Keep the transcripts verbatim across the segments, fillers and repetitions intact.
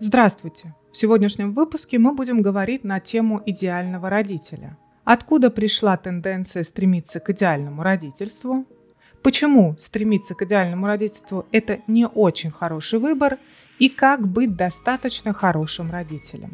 Здравствуйте! В сегодняшнем выпуске мы будем говорить на тему идеального родителя. Откуда пришла тенденция стремиться к идеальному родительству? Почему стремиться к идеальному родительству – это не очень хороший выбор? И как быть достаточно хорошим родителем?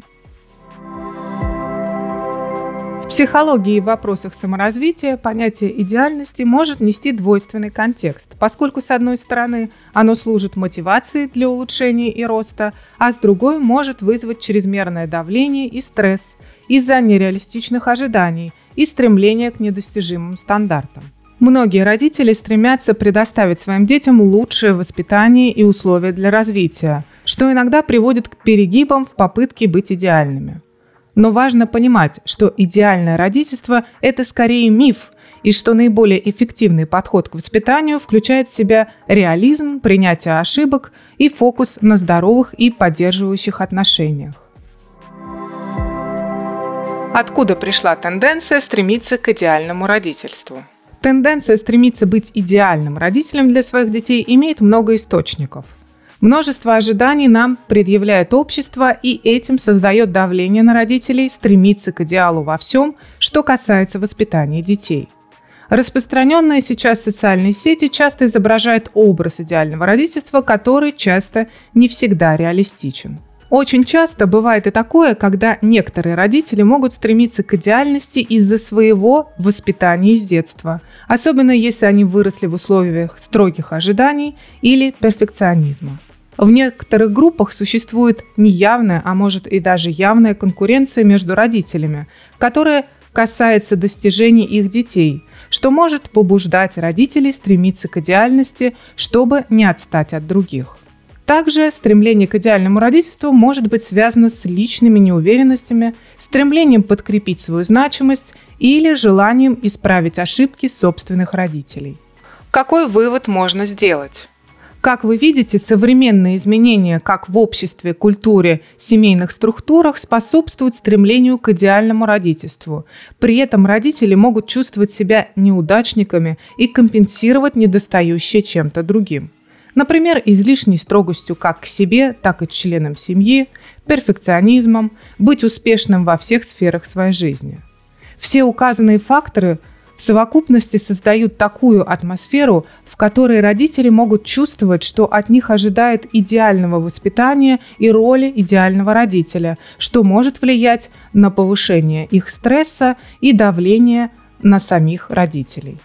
В психологии и в вопросах саморазвития понятие идеальности может нести двойственный контекст, поскольку, с одной стороны, оно служит мотивацией для улучшения и роста, а с другой может вызвать чрезмерное давление и стресс из-за нереалистичных ожиданий и стремления к недостижимым стандартам. Многие родители стремятся предоставить своим детям лучшее воспитание и условия для развития, что иногда приводит к перегибам в попытке быть идеальными. Но важно понимать, что идеальное родительство – это скорее миф, и что наиболее эффективный подход к воспитанию включает в себя реализм, принятие ошибок и фокус на здоровых и поддерживающих отношениях. Откуда пришла тенденция стремиться к идеальному родительству? Тенденция стремиться быть идеальным родителем для своих детей имеет много источников. Множество ожиданий нам предъявляет общество, и этим создает давление на родителей стремиться к идеалу во всем, что касается воспитания детей. Распространенные сейчас социальные сети часто изображают образ идеального родительства, который часто не всегда реалистичен. Очень часто бывает и такое, когда некоторые родители могут стремиться к идеальности из-за своего воспитания с детства, особенно если они выросли в условиях строгих ожиданий или перфекционизма. В некоторых группах существует неявная, а может и даже явная конкуренция между родителями, которая касается достижений их детей, что может побуждать родителей стремиться к идеальности, чтобы не отстать от других. Также стремление к идеальному родительству может быть связано с личными неуверенностями, стремлением подкрепить свою значимость или желанием исправить ошибки собственных родителей. Какой вывод можно сделать? Как вы видите, современные изменения как в обществе, культуре, семейных структурах способствуют стремлению к идеальному родительству. При этом родители могут чувствовать себя неудачниками и компенсировать недостающее чем-то другим. Например, излишней строгостью как к себе, так и к членам семьи, перфекционизмом, быть успешным во всех сферах своей жизни. Все указанные факторы в совокупности создают такую атмосферу, в которой родители могут чувствовать, что от них ожидают идеального воспитания и роли идеального родителя, что может влиять на повышение их стресса и давление на самих родителей.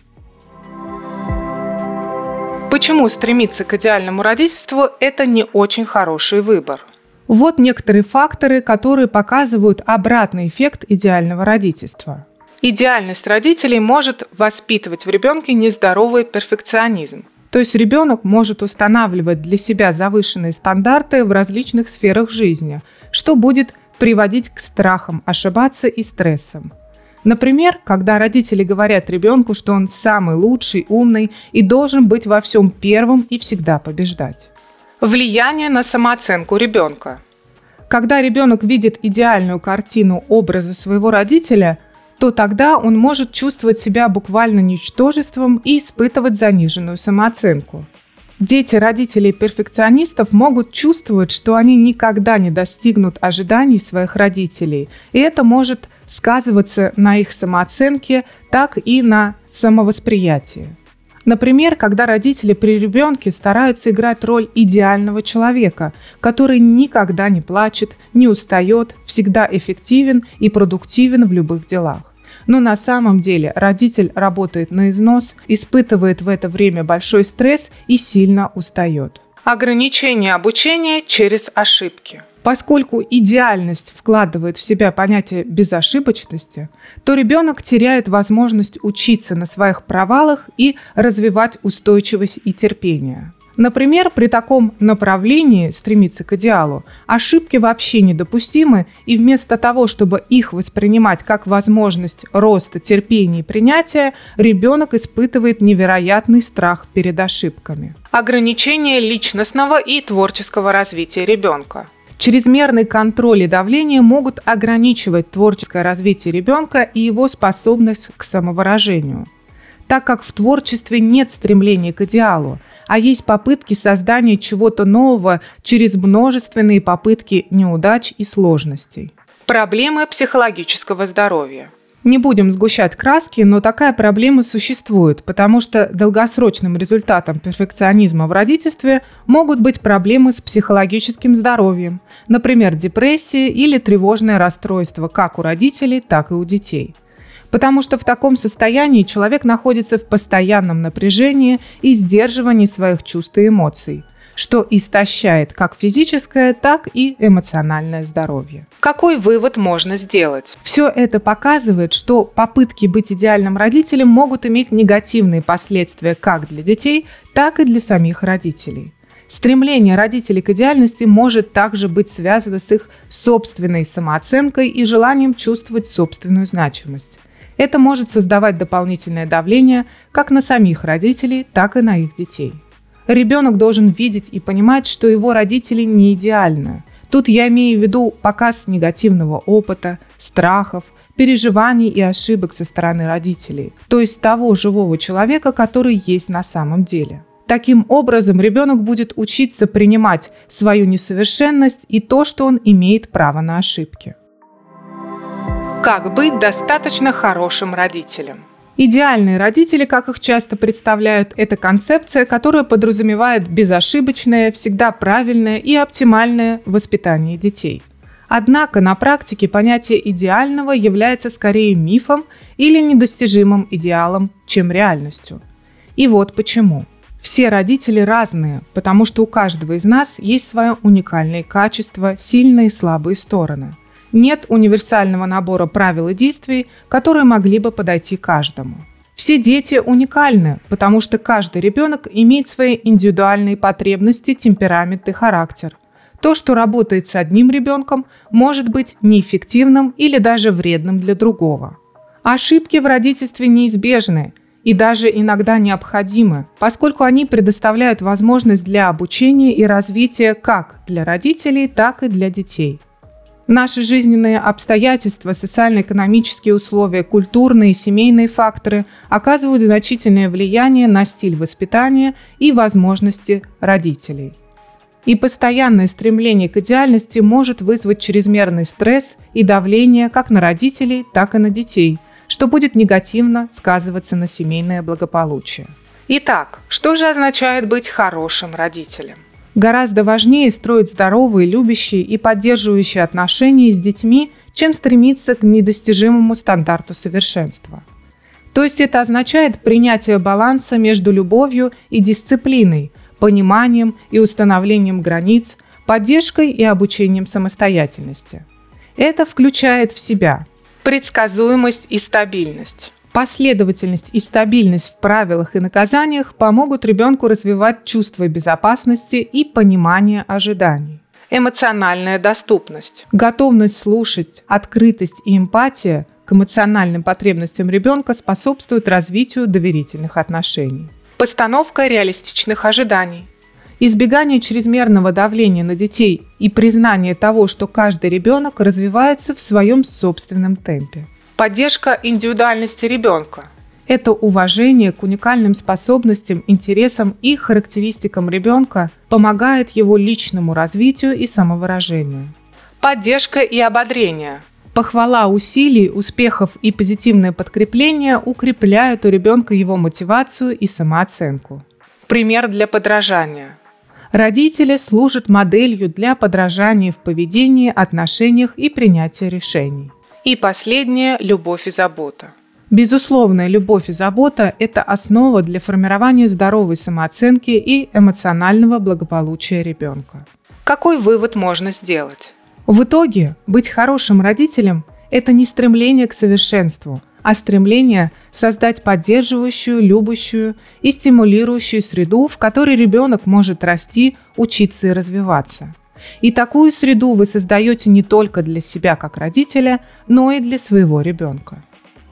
Почему стремиться к идеальному родительству – это не очень хороший выбор? Вот некоторые факторы, которые показывают обратный эффект идеального родительства. Идеальность родителей может воспитывать в ребенке нездоровый перфекционизм. То есть ребенок может устанавливать для себя завышенные стандарты в различных сферах жизни, что будет приводить к страхам ошибаться и стрессам. Например, когда родители говорят ребенку, что он самый лучший, умный и должен быть во всем первым и всегда побеждать. Влияние на самооценку ребенка. Когда ребенок видит идеальную картину образа своего родителя, то тогда он может чувствовать себя буквально ничтожеством и испытывать заниженную самооценку. Дети родителей-перфекционистов могут чувствовать, что они никогда не достигнут ожиданий своих родителей, и это может сказываться на их самооценке, так и на самовосприятии. Например, когда родители при ребенке стараются играть роль идеального человека, который никогда не плачет, не устает, всегда эффективен и продуктивен в любых делах. Но на самом деле родитель работает на износ, испытывает в это время большой стресс и сильно устает. Ограничение обучения через ошибки. Поскольку идеальность вкладывает в себя понятие безошибочности, то ребенок теряет возможность учиться на своих провалах и развивать устойчивость и терпение. Например, при таком направлении стремиться к идеалу ошибки вообще недопустимы, и вместо того, чтобы их воспринимать как возможность роста, терпения и принятия, ребенок испытывает невероятный страх перед ошибками. Ограничение личностного и творческого развития ребенка. Чрезмерный контроль и давление могут ограничивать творческое развитие ребенка и его способность к самовыражению. Так как в творчестве нет стремления к идеалу, а есть попытки создания чего-то нового через множественные попытки неудач и сложностей. Проблемы психологического здоровья. Не будем сгущать краски, но такая проблема существует, потому что долгосрочным результатом перфекционизма в родительстве могут быть проблемы с психологическим здоровьем, например, депрессия или тревожное расстройство как у родителей, так и у детей. Потому что в таком состоянии человек находится в постоянном напряжении и сдерживании своих чувств и эмоций, что истощает как физическое, так и эмоциональное здоровье. Какой вывод можно сделать? Все это показывает, что попытки быть идеальным родителем могут иметь негативные последствия как для детей, так и для самих родителей. Стремление родителей к идеальности может также быть связано с их собственной самооценкой и желанием чувствовать собственную значимость. Это может создавать дополнительное давление как на самих родителей, так и на их детей. Ребенок должен видеть и понимать, что его родители не идеальны. Тут я имею в виду показ негативного опыта, страхов, переживаний и ошибок со стороны родителей, то есть того живого человека, который есть на самом деле. Таким образом, ребенок будет учиться принимать свою несовершенность и то, что он имеет право на ошибки. Как быть достаточно хорошим родителем? Идеальные родители, как их часто представляют, это концепция, которая подразумевает безошибочное, всегда правильное и оптимальное воспитание детей. Однако на практике понятие идеального является скорее мифом или недостижимым идеалом, чем реальностью. И вот почему. Все родители разные, потому что у каждого из нас есть свои уникальные качества, сильные и слабые стороны. Нет универсального набора правил и действий, которые могли бы подойти каждому. Все дети уникальны, потому что каждый ребенок имеет свои индивидуальные потребности, темперамент и характер. То, что работает с одним ребенком, может быть неэффективным или даже вредным для другого. Ошибки в родительстве неизбежны и даже иногда необходимы, поскольку они предоставляют возможность для обучения и развития как для родителей, так и для детей. Наши жизненные обстоятельства, социально-экономические условия, культурные и семейные факторы оказывают значительное влияние на стиль воспитания и возможности родителей. И постоянное стремление к идеальности может вызвать чрезмерный стресс и давление как на родителей, так и на детей, что будет негативно сказываться на семейное благополучие. Итак, что же означает быть хорошим родителем? Гораздо важнее строить здоровые, любящие и поддерживающие отношения с детьми, чем стремиться к недостижимому стандарту совершенства. То есть это означает принятие баланса между любовью и дисциплиной, пониманием и установлением границ, поддержкой и обучением самостоятельности. Это включает в себя предсказуемость и стабильность. Последовательность и стабильность в правилах и наказаниях помогут ребенку развивать чувство безопасности и понимание ожиданий. Эмоциональная доступность. Готовность слушать, открытость и эмпатия к эмоциональным потребностям ребенка способствуют развитию доверительных отношений. Постановка реалистичных ожиданий. Избегание чрезмерного давления на детей и признание того, что каждый ребенок развивается в своем собственном темпе. Поддержка индивидуальности ребенка. Это уважение к уникальным способностям, интересам и характеристикам ребенка помогает его личному развитию и самовыражению. Поддержка и ободрение. Похвала усилий, успехов и позитивное подкрепление укрепляют у ребенка его мотивацию и самооценку. Пример для подражания. Родители служат моделью для подражания в поведении, отношениях и принятии решений. И последнее – любовь и забота. Безусловная любовь и забота – это основа для формирования здоровой самооценки и эмоционального благополучия ребенка. Какой вывод можно сделать? В итоге быть хорошим родителем – это не стремление к совершенству, а стремление создать поддерживающую, любящую и стимулирующую среду, в которой ребенок может расти, учиться и развиваться. И такую среду вы создаете не только для себя как родителя, но и для своего ребенка.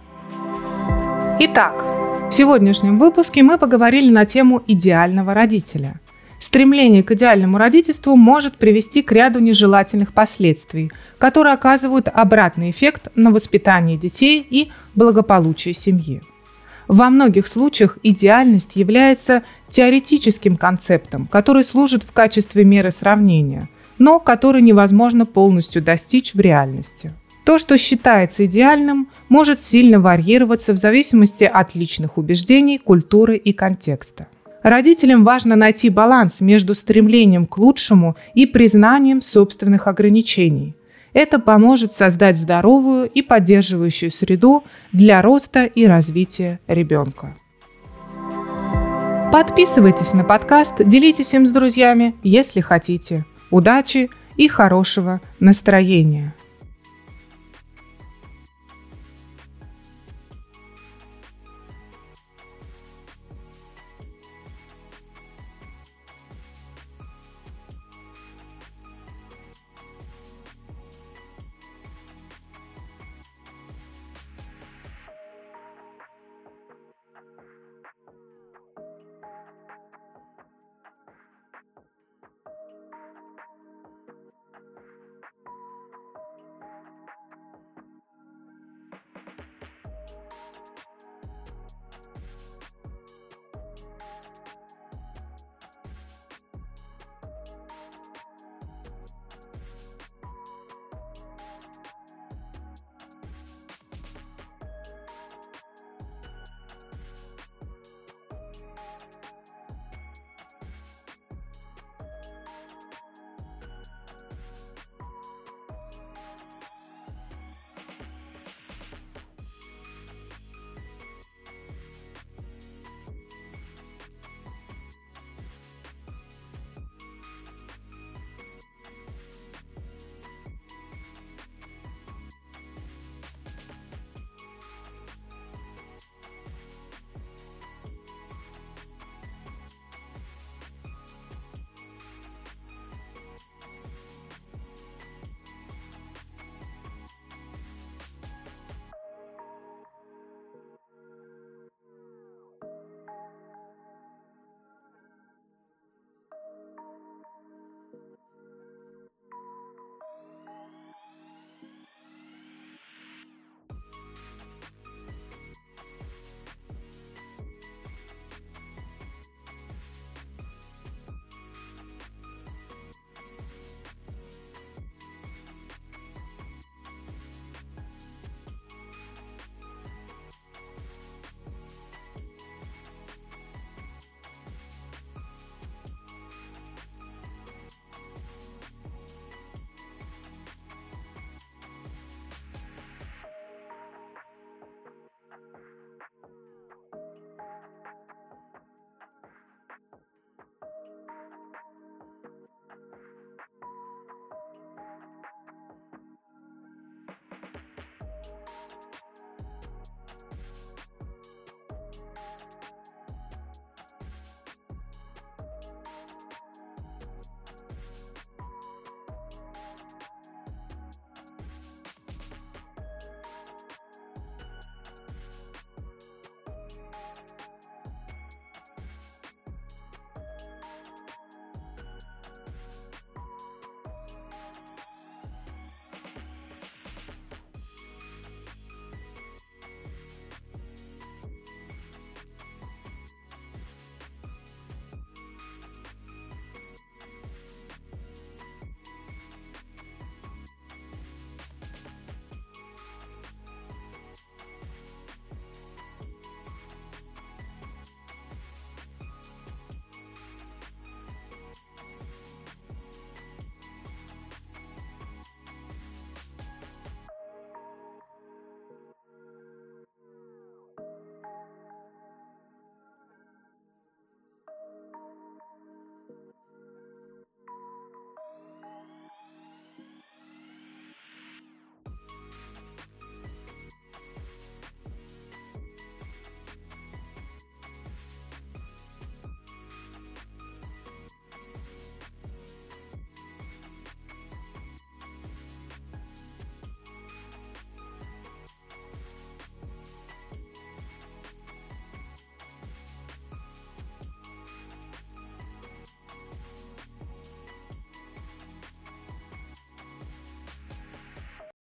Итак, в сегодняшнем выпуске мы поговорили на тему идеального родителя. Стремление к идеальному родительству может привести к ряду нежелательных последствий, которые оказывают обратный эффект на воспитание детей и благополучие семьи. Во многих случаях идеальность является теоретическим концептом, который служит в качестве меры сравнения, но который невозможно полностью достичь в реальности. То, что считается идеальным, может сильно варьироваться в зависимости от личных убеждений, культуры и контекста. Родителям важно найти баланс между стремлением к лучшему и признанием собственных ограничений. Это поможет создать здоровую и поддерживающую среду для роста и развития ребенка. Подписывайтесь на подкаст, делитесь им с друзьями, если хотите. Удачи и хорошего настроения!